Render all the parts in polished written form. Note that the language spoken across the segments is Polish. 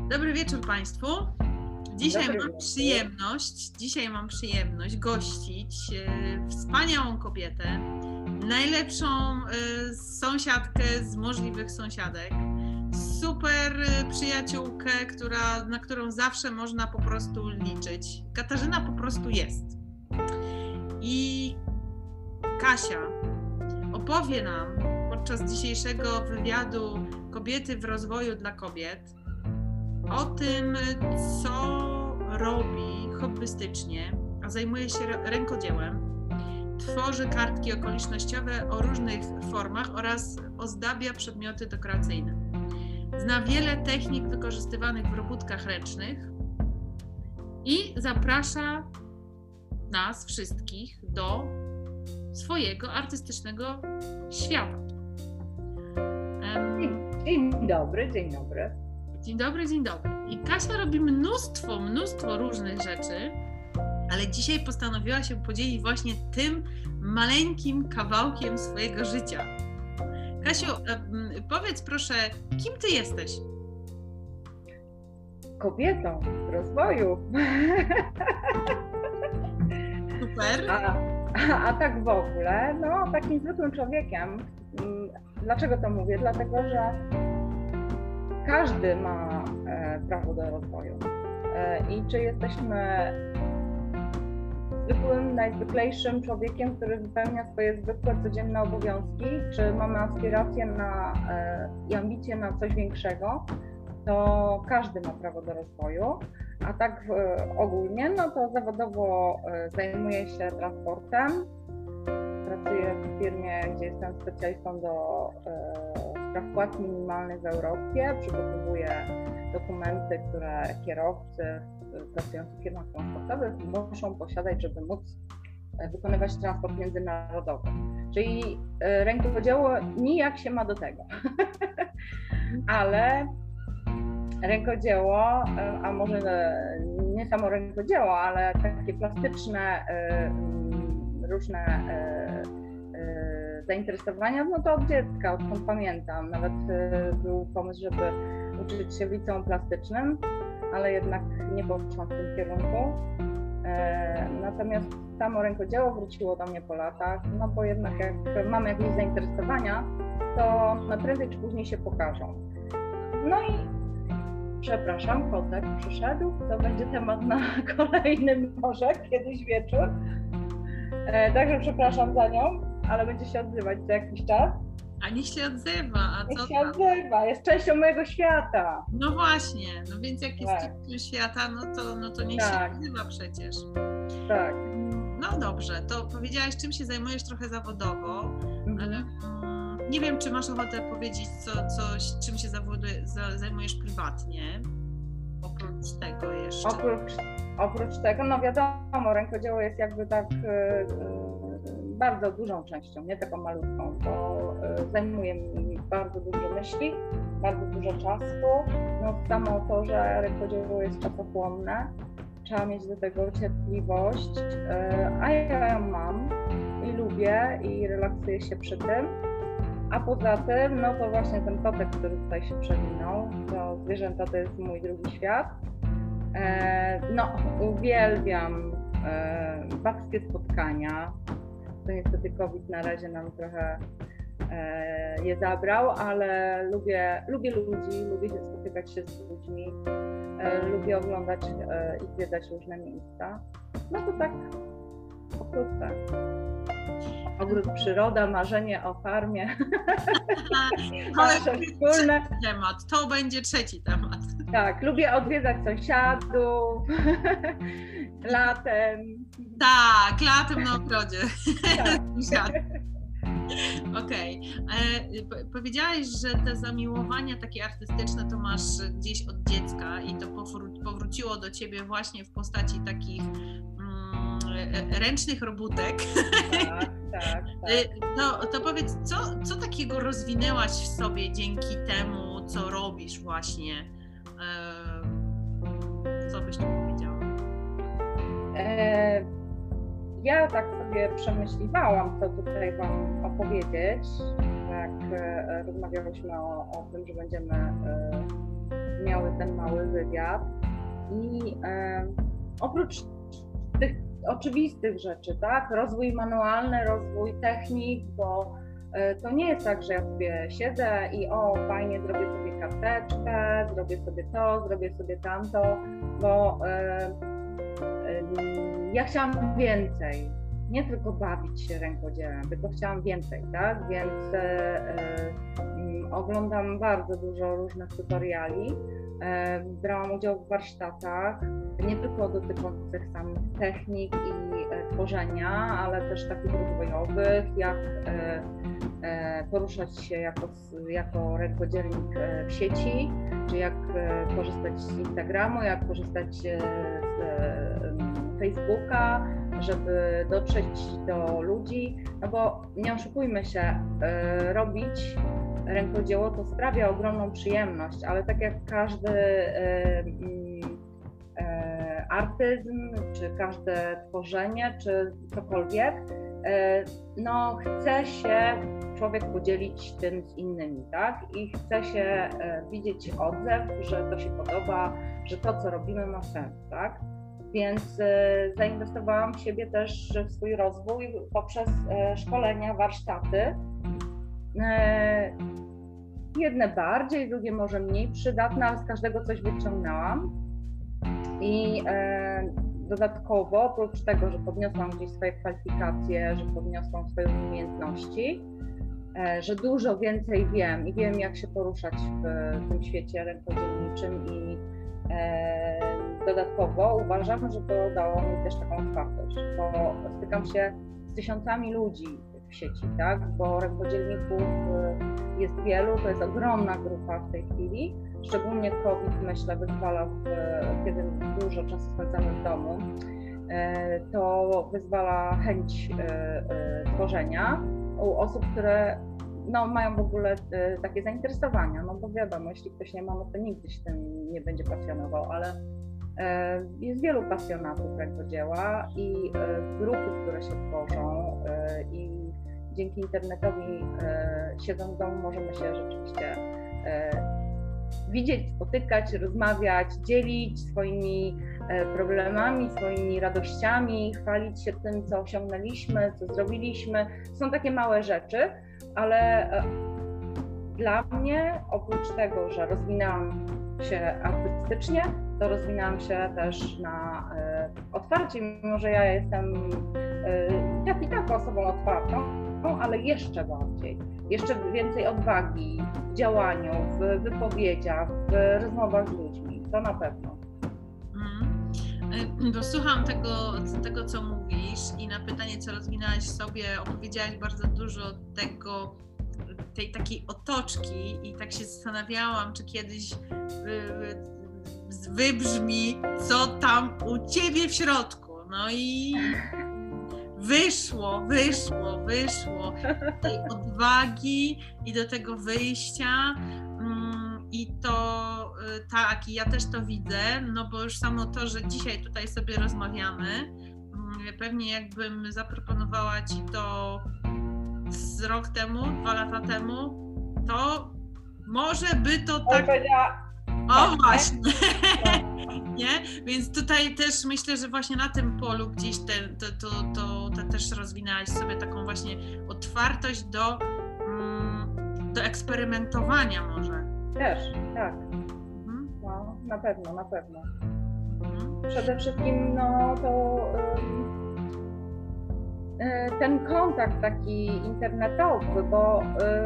Dobry wieczór Państwu. Dzisiaj mam przyjemność gościć wspaniałą kobietę, najlepszą sąsiadkę z możliwych sąsiadek, super przyjaciółkę, na którą zawsze można po prostu liczyć. Katarzyna po prostu jest. I Kasia opowie nam podczas dzisiejszego wywiadu Kobiety w rozwoju dla kobiet o tym, co robi hobbystycznie, a zajmuje się rękodziełem, tworzy kartki okolicznościowe o różnych formach oraz ozdabia przedmioty dekoracyjne. Zna wiele technik wykorzystywanych w robótkach ręcznych i zaprasza nas wszystkich do swojego artystycznego świata. Dzień dobry, dzień dobry. Dzień dobry, dzień dobry. I Kasia robi mnóstwo różnych rzeczy, ale dzisiaj postanowiła się podzielić właśnie tym maleńkim kawałkiem swojego życia. Kasiu, powiedz proszę, kim ty jesteś? Kobietą w rozwoju. Super. A tak w ogóle, no takim zwykłym człowiekiem. Dlaczego to mówię? Dlatego, że każdy ma prawo do rozwoju. I czy jesteśmy zwykłym, najzwyklejszym człowiekiem, który wypełnia swoje zwykłe, codzienne obowiązki, czy mamy aspiracje i ambicje na coś większego, to każdy ma prawo do rozwoju. A tak ogólnie, no to zawodowo zajmuję się transportem. Pracuję w firmie, gdzie jestem specjalistą do spraw płac minimalnych w Europie. Przygotowuję dokumenty, które kierowcy pracujący w firmach transportowych muszą posiadać, żeby móc wykonywać transport międzynarodowy. Czyli rękodzieło nijak się ma do tego. Ale rękodzieło, a może nie samo rękodzieło, ale takie plastyczne, różne zainteresowania, no to od dziecka, odkąd pamiętam. Nawet był pomysł, żeby uczyć się w liceum plastycznym, ale jednak nie poszłam w tym kierunku. Natomiast samo rękodzieło wróciło do mnie po latach, no bo jednak jak mamy jakieś zainteresowania, to prędzej czy później się pokażą. No i przepraszam, kotek przyszedł, to będzie temat na kolejny może kiedyś wieczór. Także przepraszam za nią, ale będzie się odzywać za jakiś czas. A niech się odzywa, Niech się odzywa, jest częścią mojego świata. No właśnie, no więc jak jest częścią świata, no to niech się odzywa przecież. Tak. No dobrze, to powiedziałaś, czym się zajmujesz trochę zawodowo, ale nie wiem, czy masz ochotę powiedzieć czym się zajmujesz prywatnie, oprócz tego jeszcze. Oprócz tego, no wiadomo, rękodzieło jest jakby tak bardzo dużą częścią, nie taką malutką, bo zajmuje mi bardzo dużo myśli, bardzo dużo czasu. No samo to, że rękodzieło jest czasochłonne, trzeba mieć do tego cierpliwość, a ja ją mam i lubię i relaksuję się przy tym. A poza tym, no to właśnie ten kotek, który tutaj się przewinął, to zwierzęta to jest mój drugi świat. No, uwielbiam babskie spotkania. To niestety COVID na razie nam trochę je zabrał, ale lubię ludzi, lubię się spotykać się z ludźmi, lubię oglądać i zwiedzać różne miejsca. No to tak pokrótce. Ogród, przyroda, marzenie o farmie. Nasze wspólne. To będzie trzeci temat. Tak, lubię odwiedzać sąsiadów latem. Tak, latem na ogrodzie. Tak. Okej. Powiedziałaś, że te zamiłowania takie artystyczne to masz gdzieś od dziecka i to powróciło do ciebie właśnie w postaci takich ręcznych robótek. Tak. To powiedz, co takiego rozwinęłaś w sobie dzięki temu, co robisz właśnie? Co byś tu powiedziała? Ja tak sobie przemyśliwałam, co tutaj Wam opowiedzieć, jak rozmawiałyśmy o tym, że będziemy miały ten mały wywiad. I oprócz tych oczywistych rzeczy, tak, rozwój manualny, rozwój technik, bo to nie jest tak, że ja sobie siedzę i fajnie, zrobię sobie karteczkę, zrobię sobie to, zrobię sobie tamto, bo ja chciałam więcej, nie tylko bawić się rękodziełem, tylko chciałam więcej, tak, więc oglądam bardzo dużo różnych tutoriali, brałam udział w warsztatach, nie tylko dotyczących samych technik i tworzenia, ale też takich rozwojowych, jak poruszać się jako rękodzielnik w sieci, czy jak korzystać z Instagramu, jak korzystać z Facebooka, żeby dotrzeć do ludzi, no bo nie oszukujmy się, robić rękodzieło to sprawia ogromną przyjemność, ale tak jak każdy artyzm, czy każde tworzenie, czy cokolwiek, no chce się człowiek podzielić tym z innymi, tak? I chce się widzieć odzew, że to się podoba, że to, co robimy, ma sens, tak? Więc zainwestowałam w siebie też w swój rozwój poprzez szkolenia, warsztaty. Jedne bardziej, drugie może mniej przydatne, ale z każdego coś wyciągnęłam. I dodatkowo, oprócz tego, że podniosłam gdzieś swoje kwalifikacje, że podniosłam swoje umiejętności, że dużo więcej wiem i wiem, jak się poruszać w tym świecie rękodzielniczym i dodatkowo uważam, że to dało mi też taką otwartość, bo stykam się z tysiącami ludzi w sieci, tak, bo rękodzielników jest wielu, to jest ogromna grupa w tej chwili, szczególnie COVID, myślę, wyzwala, kiedy dużo czasu spędzamy w domu, to wyzwala chęć tworzenia u osób, które no, mają w ogóle takie zainteresowania, no bo wiadomo, jeśli ktoś nie ma, no to nigdy się tym nie będzie pasjonował, ale jest wielu pasjonatów rękodzieła i grupy, które się tworzą i dzięki internetowi siedząc w domu możemy się rzeczywiście widzieć, spotykać, rozmawiać, dzielić swoimi problemami, swoimi radościami, chwalić się tym, co osiągnęliśmy, co zrobiliśmy. Są takie małe rzeczy, ale dla mnie, oprócz tego, że rozwinęłam się artystycznie, to rozwinęłam się też na otwarcie, mimo że ja jestem tak i tak osobą otwartą, ale jeszcze bardziej, jeszcze więcej odwagi w działaniu, w wypowiedziach, w rozmowach z ludźmi, to na pewno. Bo słucham tego, co mówisz i na pytanie, co rozwinęłaś w sobie, opowiedziałaś bardzo dużo tej takiej otoczki i tak się zastanawiałam, czy kiedyś wybrzmi, co tam u ciebie w środku. No i wyszło tej odwagi i do tego wyjścia i to tak, i ja też to widzę, no bo już samo to, że dzisiaj tutaj sobie rozmawiamy, pewnie jakbym zaproponowała ci to z rok temu, 2 lata temu, to może by to tak... O właśnie, nie? Więc tutaj też myślę, że właśnie na tym polu gdzieś to też rozwinęłaś sobie taką właśnie otwartość do eksperymentowania może. Też, tak. No, na pewno. Przede wszystkim no to ten kontakt taki internetowy, bo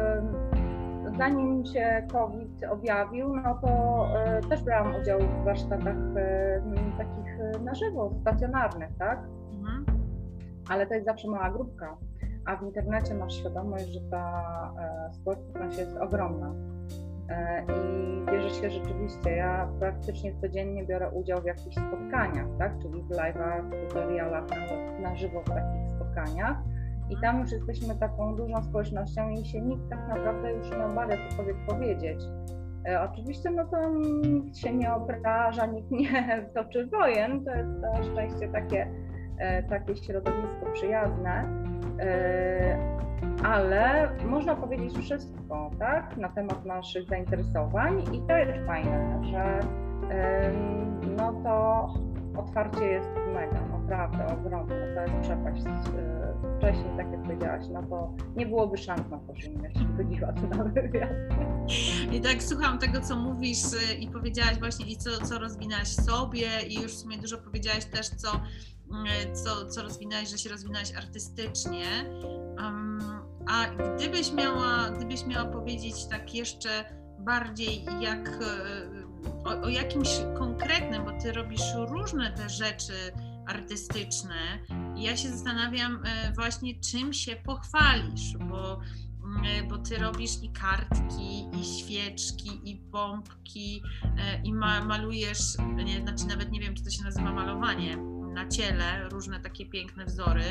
zanim się COVID objawił, no to też brałam udział w warsztatach takich na żywo, stacjonarnych, tak? Ale to jest zawsze mała grupka, a w internecie masz świadomość, że ta społeczność jest ogromna i bierze się rzeczywiście, ja praktycznie codziennie biorę udział w jakichś spotkaniach, tak? Czyli w live'ach, w tutorialach, na żywo w takich spotkaniach. I tam już jesteśmy taką dużą społecznością i się nikt tak naprawdę już nie obawia cokolwiek powiedzieć. Oczywiście no to nikt się nie obraża, nikt nie toczy wojen, to jest na szczęście takie środowisko przyjazne, ale można powiedzieć wszystko, tak, na temat naszych zainteresowań i to jest fajne, że no to otwarcie jest mega, naprawdę ogromne, to jest przepaść. Wcześniej, tak jak powiedziałaś, no to nie byłoby szans na to, żebym jeszcze wychodziła tu na wywiad. I tak słucham tego, co mówisz i powiedziałaś właśnie i co rozwinęłaś sobie i już w sumie dużo powiedziałaś też, co rozwinęłaś, że się rozwinęłaś artystycznie. A gdybyś miała powiedzieć tak jeszcze bardziej o jakimś konkretnym, bo ty robisz różne te rzeczy artystyczne i ja się zastanawiam właśnie, czym się pochwalisz, bo ty robisz i kartki, i świeczki, i pompki, i malujesz, znaczy nawet nie wiem, czy to się nazywa malowanie, na ciele, różne takie piękne wzory.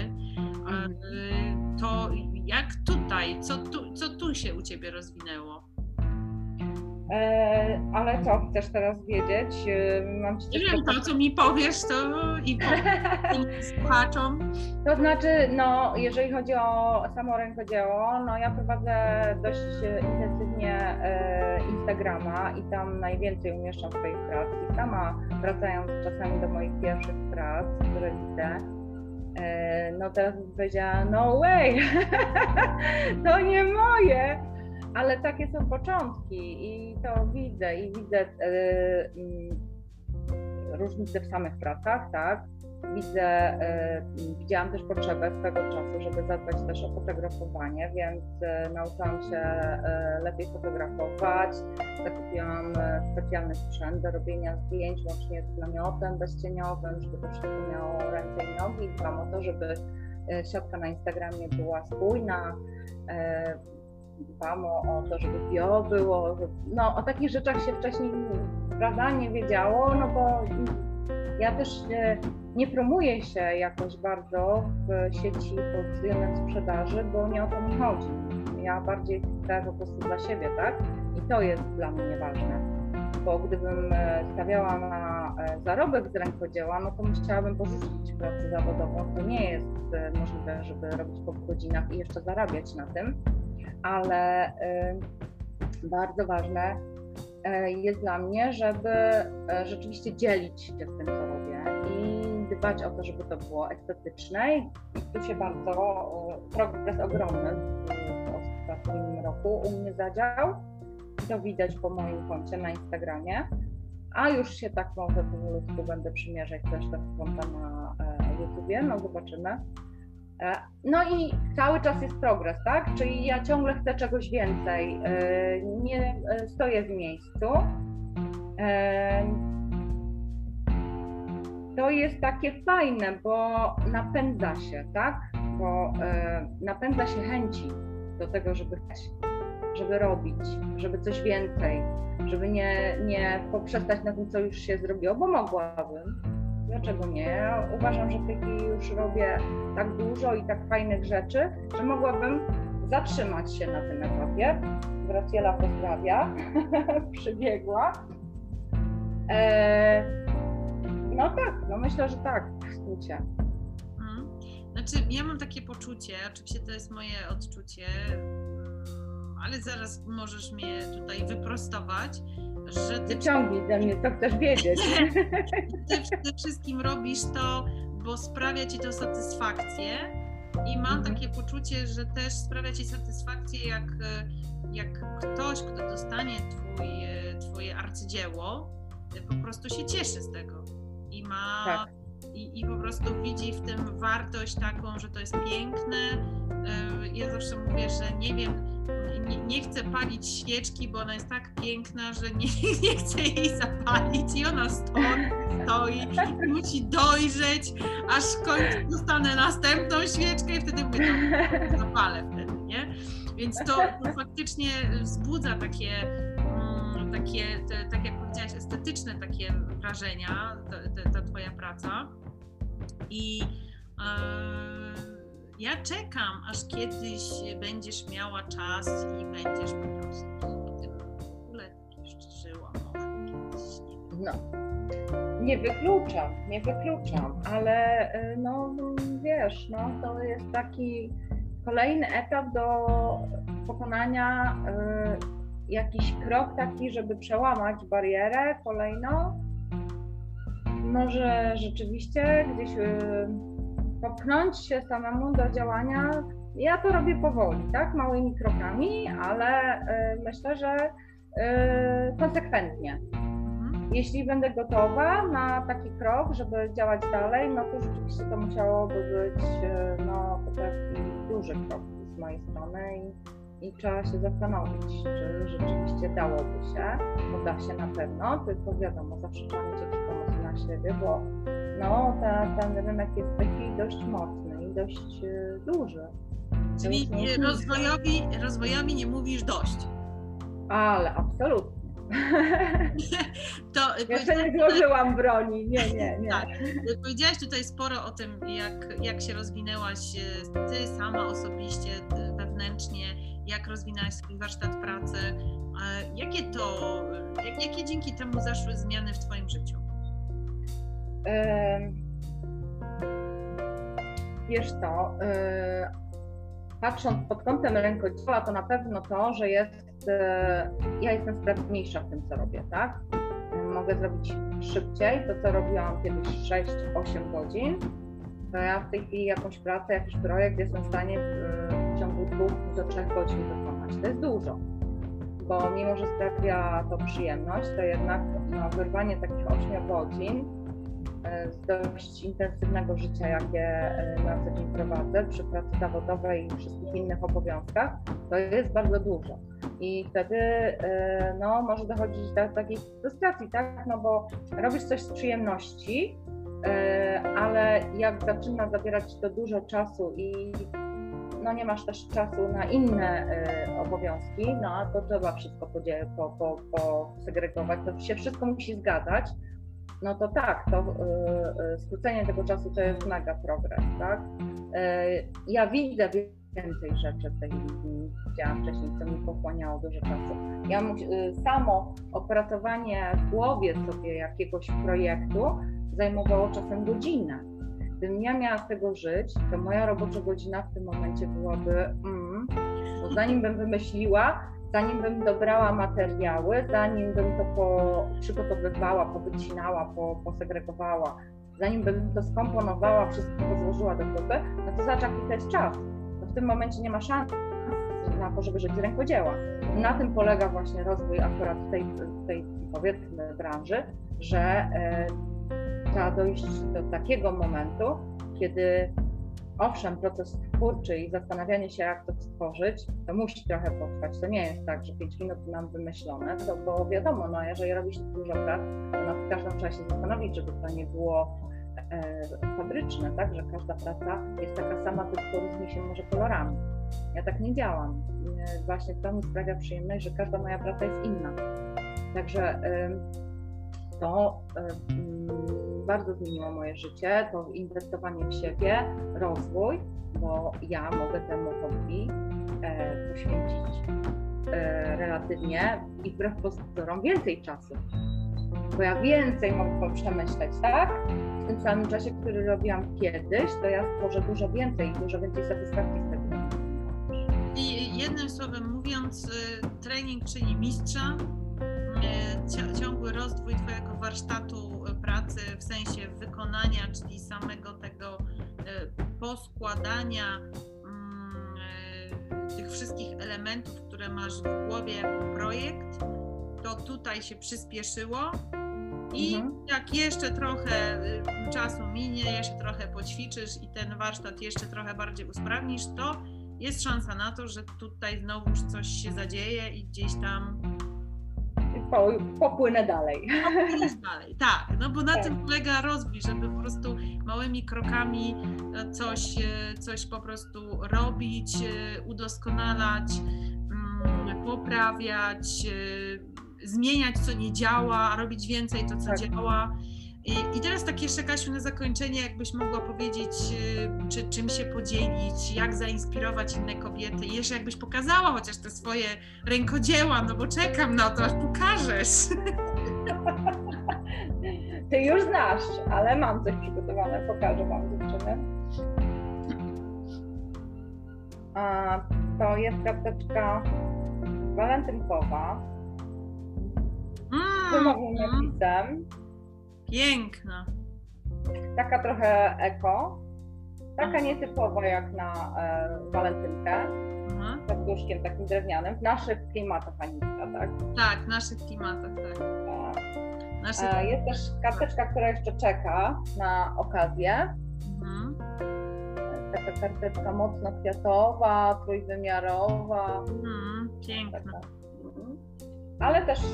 To jak tutaj, co tu się u ciebie rozwinęło? Ale co chcesz teraz wiedzieć? Mam ci nie wiem, to co mi powiesz, to i słuchaczom. To znaczy, no jeżeli chodzi o samo rękodzieło, no ja prowadzę dość intensywnie Instagrama i tam najwięcej umieszczam swoich prac. I sama wracając czasami do moich pierwszych prac, które widzę, no teraz bym powiedziała, no way, to nie moje. Ale takie są początki i to widzę różnice w samych pracach, tak? Widziałam też potrzebę swego czasu, żeby zadbać też o fotografowanie, więc nauczyłam się lepiej fotografować, zakupiłam specjalny sprzęt do robienia zdjęć, łącznie z namiotem bezcieniowym, żeby to wszystko miało ręce i nogi. Dbam o to, żeby siatka na Instagramie była spójna. Dbam o to, żeby bio było, no o takich rzeczach się wcześniej, prawda, nie wiedziało, no bo ja też nie promuję się jakoś bardzo w sieci pod względem sprzedaży, bo nie o to mi chodzi. Ja bardziej chcę po prostu dla siebie, tak? I to jest dla mnie ważne, bo gdybym stawiała na zarobek z rękodzieła, no to musiałabym porzucić pracę zawodową. To nie jest możliwe, żeby robić po godzinach i jeszcze zarabiać na tym. Ale bardzo ważne jest dla mnie, żeby rzeczywiście dzielić się z tym, co robię i dbać o to, żeby to było estetyczne. I tu się bardzo progres ogromny w ostatnim roku u mnie zadział. To widać po moim koncie na Instagramie, a już się tak może powolutku będę przymierzać też do konta na YouTubie, no zobaczymy. No i cały czas jest progres, tak? Czyli ja ciągle chcę czegoś więcej, nie stoję w miejscu. To jest takie fajne, bo napędza się, tak? Bo napędza się chęci do tego, żeby chcieć, żeby robić, żeby coś więcej, żeby nie poprzestać na tym, co już się zrobiło, bo mogłabym. Dlaczego nie? Ja uważam, że w tej chwili już robię tak dużo i tak fajnych rzeczy, że mogłabym zatrzymać się na tym etapie. Graciela pozdrawia, przybiegła. No tak, no myślę, że tak, w skrócie. Znaczy, ja mam takie poczucie, oczywiście to jest moje odczucie, ale zaraz możesz mnie tutaj wyprostować, że ty wyciągnij ze mnie, co chcesz wiedzieć. Ty przede wszystkim robisz to, bo sprawia ci to satysfakcję i mam takie poczucie, że też sprawia ci satysfakcję, jak ktoś, kto dostanie twoje arcydzieło, po prostu się cieszy z tego i ma tak. I po prostu widzi w tym wartość taką, że to jest piękne. Ja zawsze mówię, że nie wiem, nie chcę palić świeczki, bo ona jest tak piękna, że nie chcę jej zapalić i ona stoi, musi dojrzeć, aż w końcu dostanę następną świeczkę i wtedy mówię, no, zapalę wtedy, nie? Więc to faktycznie wzbudza takie, tak jak powiedziałaś, estetyczne takie wrażenia, ta twoja praca. I ja czekam, aż kiedyś będziesz miała czas i będziesz po prostu w tym w ogóle jeszcze żyła, może kiedyś, nie wiem. Nie wykluczam, ale no wiesz, no to jest taki kolejny etap do pokonania, jakiś krok taki, żeby przełamać barierę kolejną. Może rzeczywiście gdzieś popchnąć się samemu do działania. Ja to robię powoli, tak, małymi krokami, ale myślę, że konsekwentnie. Jeśli będę gotowa na taki krok, żeby działać dalej, no to rzeczywiście to musiałoby być no, to taki duży krok z mojej strony i trzeba się zastanowić, czy rzeczywiście dałoby się, bo da się na pewno, tylko wiadomo, zawsze trzeba mieć jakiś pomysł na siebie, bo no, ten rynek jest taki dość mocny i dość duży. Czyli rozwojowi nie mówisz dość. Ale absolutnie. To jeszcze nie złożyłam broni, nie. Tak, powiedziałaś tutaj sporo o tym, jak się rozwinęłaś ty sama osobiście, wewnętrznie, jak rozwinęłaś swój warsztat pracy. Jakie dzięki temu zaszły zmiany w twoim życiu? Wiesz co, patrząc pod kątem rękodzieła, to na pewno to, że ja jestem sprawniejsza w tym, co robię, tak? Mogę zrobić szybciej to, co robiłam kiedyś 6-8 godzin, to ja w tej chwili jakąś pracę, jakiś projekt jestem w stanie w ciągu 2 do 3 godzin wykonać. To jest dużo, bo mimo, że sprawia to przyjemność, to jednak no, wyrwanie takich 8 godzin z dość intensywnego życia, jakie na co dzień prowadzę przy pracy zawodowej i wszystkich innych obowiązkach, to jest bardzo dużo. I wtedy no, może dochodzić do takiej frustracji, tak? No bo robisz coś z przyjemności, ale jak zaczyna zabierać to dużo czasu i no, nie masz też czasu na inne obowiązki, no to trzeba wszystko posegregować, to się wszystko musi zgadzać. No to tak, to skrócenie tego czasu to jest mega progres, tak? Ja widzę więcej rzeczy w tej chwili, widziałam wcześniej, co mi pochłaniało dużo czasu. Samo opracowanie w głowie sobie jakiegoś projektu zajmowało czasem godzinę. Gdybym ja miała z tego żyć, to moja robocza godzina w tym momencie byłaby, bo zanim bym wymyśliła, zanim bym dobrała materiały, zanim bym to przygotowywała, powycinała, posegregowała, zanim bym to skomponowała, wszystko złożyła do kupy, no to zaczęła pisać czas. To w tym momencie nie ma szans na to, żeby żyć z rękodzieła. Na tym polega właśnie rozwój akurat tej powiedzmy branży, że trzeba dojść do takiego momentu, kiedy owszem, proces twórczy i zastanawianie się, jak to stworzyć, to musi trochę potrwać. To nie jest tak, że 5 minut mam wymyślone, bo wiadomo, no, jeżeli robi się dużo prac, to nad każdą trzeba się zastanowić, żeby to nie było fabryczne, tak, że każda praca jest taka sama, tylko różni się może kolorami. Ja tak nie działam. Właśnie to mi sprawia przyjemność, że każda moja praca jest inna. Także to bardzo zmieniło moje życie, to inwestowanie w siebie, rozwój, bo ja mogę temu hobby poświęcić relatywnie i wbrew pozorom więcej czasu, bo ja więcej mogę przemyśleć, tak? W tym samym czasie, który robiłam kiedyś, to ja stworzę dużo więcej satysfakcji z tego. I jednym słowem mówiąc, trening czyni mistrza. Ciągły rozwój twojego warsztatu pracy w sensie wykonania, czyli samego tego poskładania tych wszystkich elementów, które masz w głowie jako projekt, to tutaj się przyspieszyło i jak jeszcze trochę czasu minie, jeszcze trochę poćwiczysz i ten warsztat jeszcze trochę bardziej usprawnisz, to jest szansa na to, że tutaj znowuż coś się zadzieje i gdzieś tam popłynę dalej. Popłyniesz dalej, tak, no bo na tym polega rozwój, żeby po prostu małymi krokami coś po prostu robić, udoskonalać, poprawiać, zmieniać co nie działa, robić więcej to co działa. I teraz takie jeszcze, Kasiu, na zakończenie, jakbyś mogła powiedzieć, czym się podzielić, jak zainspirować inne kobiety i jeszcze jakbyś pokazała chociaż te swoje rękodzieła, no bo czekam na to, aż pokażesz. Ty już znasz, ale mam coś przygotowane, pokażę wam, dziewczyny. To jest karteczka walentynkowa z wymownym napisem. Piękna. Taka trochę eko, taka nietypowa jak na walentynkę, z serduszkiem takim drewnianym, w naszych klimatach, Anitka, tak? Tak, w naszych klimatach, tak. Jest też karteczka, która jeszcze czeka na okazję. Taka karteczka mocno kwiatowa, trójwymiarowa. Piękna. Taka. Ale też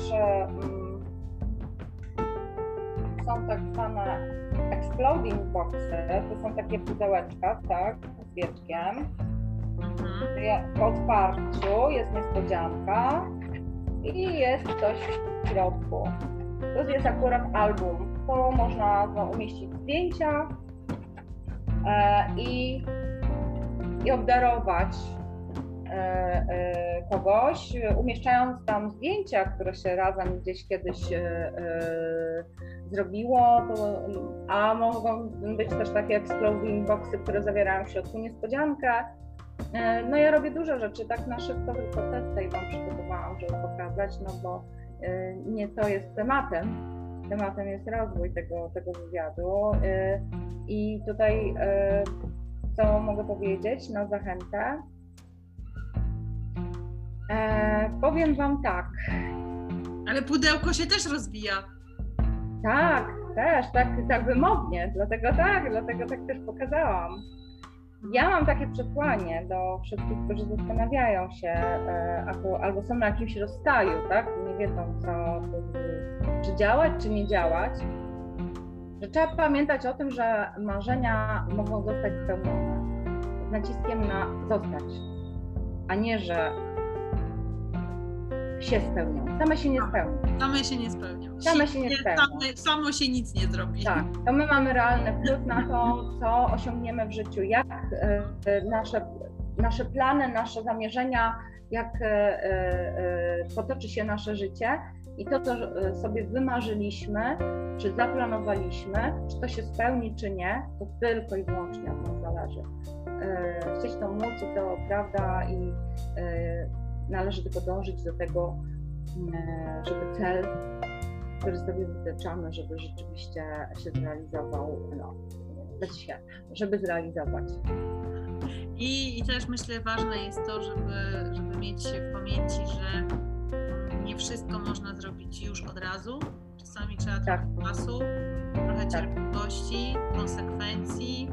są tak zwane exploding boxy, to są takie pudełeczka, tak, z wieczkiem. Po otwarciu jest niespodzianka i jest coś w środku. To jest akurat album, to można umieścić zdjęcia i obdarować kogoś, umieszczając tam zdjęcia, które się razem gdzieś kiedyś zrobiło, a mogą być też takie exploding boxy, które zawierają w środku niespodziankę. No ja robię dużo rzeczy, tak na szybko tylko te tutaj wam przygotowałam, żeby pokazać, no bo nie to jest tematem. Tematem jest rozwój tego wywiadu i tutaj co mogę powiedzieć na zachętę? Powiem wam tak. Ale pudełko się też rozwija. Tak, też, tak wymownie, dlatego tak też pokazałam. Ja mam takie przesłanie do wszystkich, którzy zastanawiają się albo są na jakimś rozstaju, tak? Nie wiedzą czy działać, czy nie działać, że trzeba pamiętać o tym, że marzenia mogą zostać spełnione z naciskiem na zostać, a nie, że się spełnią. Same się nie spełnią. Samo się nic nie zrobi. Tak, to my mamy realny wpływ na to, co osiągniemy w życiu, jak nasze plany, nasze zamierzenia, jak potoczy się nasze życie i to, co sobie wymarzyliśmy, czy zaplanowaliśmy, czy to się spełni, czy nie, to tylko i wyłącznie od nas zależy. Chcieć to móc i to prawda i należy tylko dążyć do tego, żeby cel, który sobie wytyczamy, żeby rzeczywiście się zrealizował, żeby zrealizować. I też myślę, ważne jest to, żeby mieć w pamięci, że nie wszystko można zrobić już od razu. Czasami trzeba trochę czasu, trochę cierpliwości, konsekwencji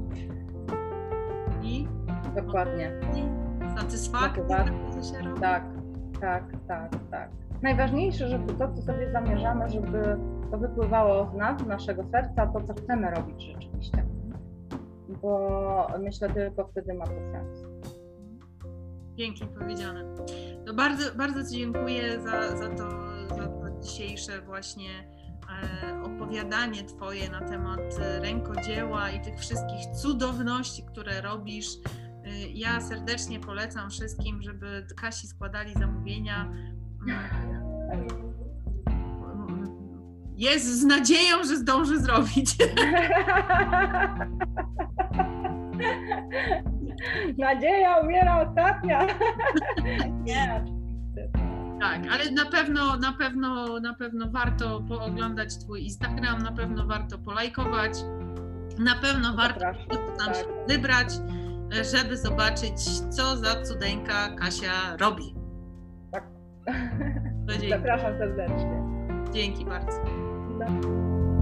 i dokładnie. Satysfakcji, co się robi. Tak. Najważniejsze, żeby to, co sobie zamierzamy, żeby to wypływało z nas, z naszego serca, to, co chcemy robić rzeczywiście. Bo myślę, tylko wtedy ma to sens. Pięknie powiedziane. To bardzo, bardzo Ci dziękuję za to dzisiejsze właśnie opowiadanie Twoje na temat rękodzieła i tych wszystkich cudowności, które robisz. Ja serdecznie polecam wszystkim, żeby Kasi składali zamówienia. Jest z nadzieją, że zdąży zrobić. Nadzieja umiera ostatnia. Nie. Tak, ale na pewno warto pooglądać Twój Instagram, na pewno warto polajkować, na pewno warto tam się wybrać, żeby zobaczyć, co za cudeńka Kasia robi. Tak. Zapraszam serdecznie. Dzięki bardzo.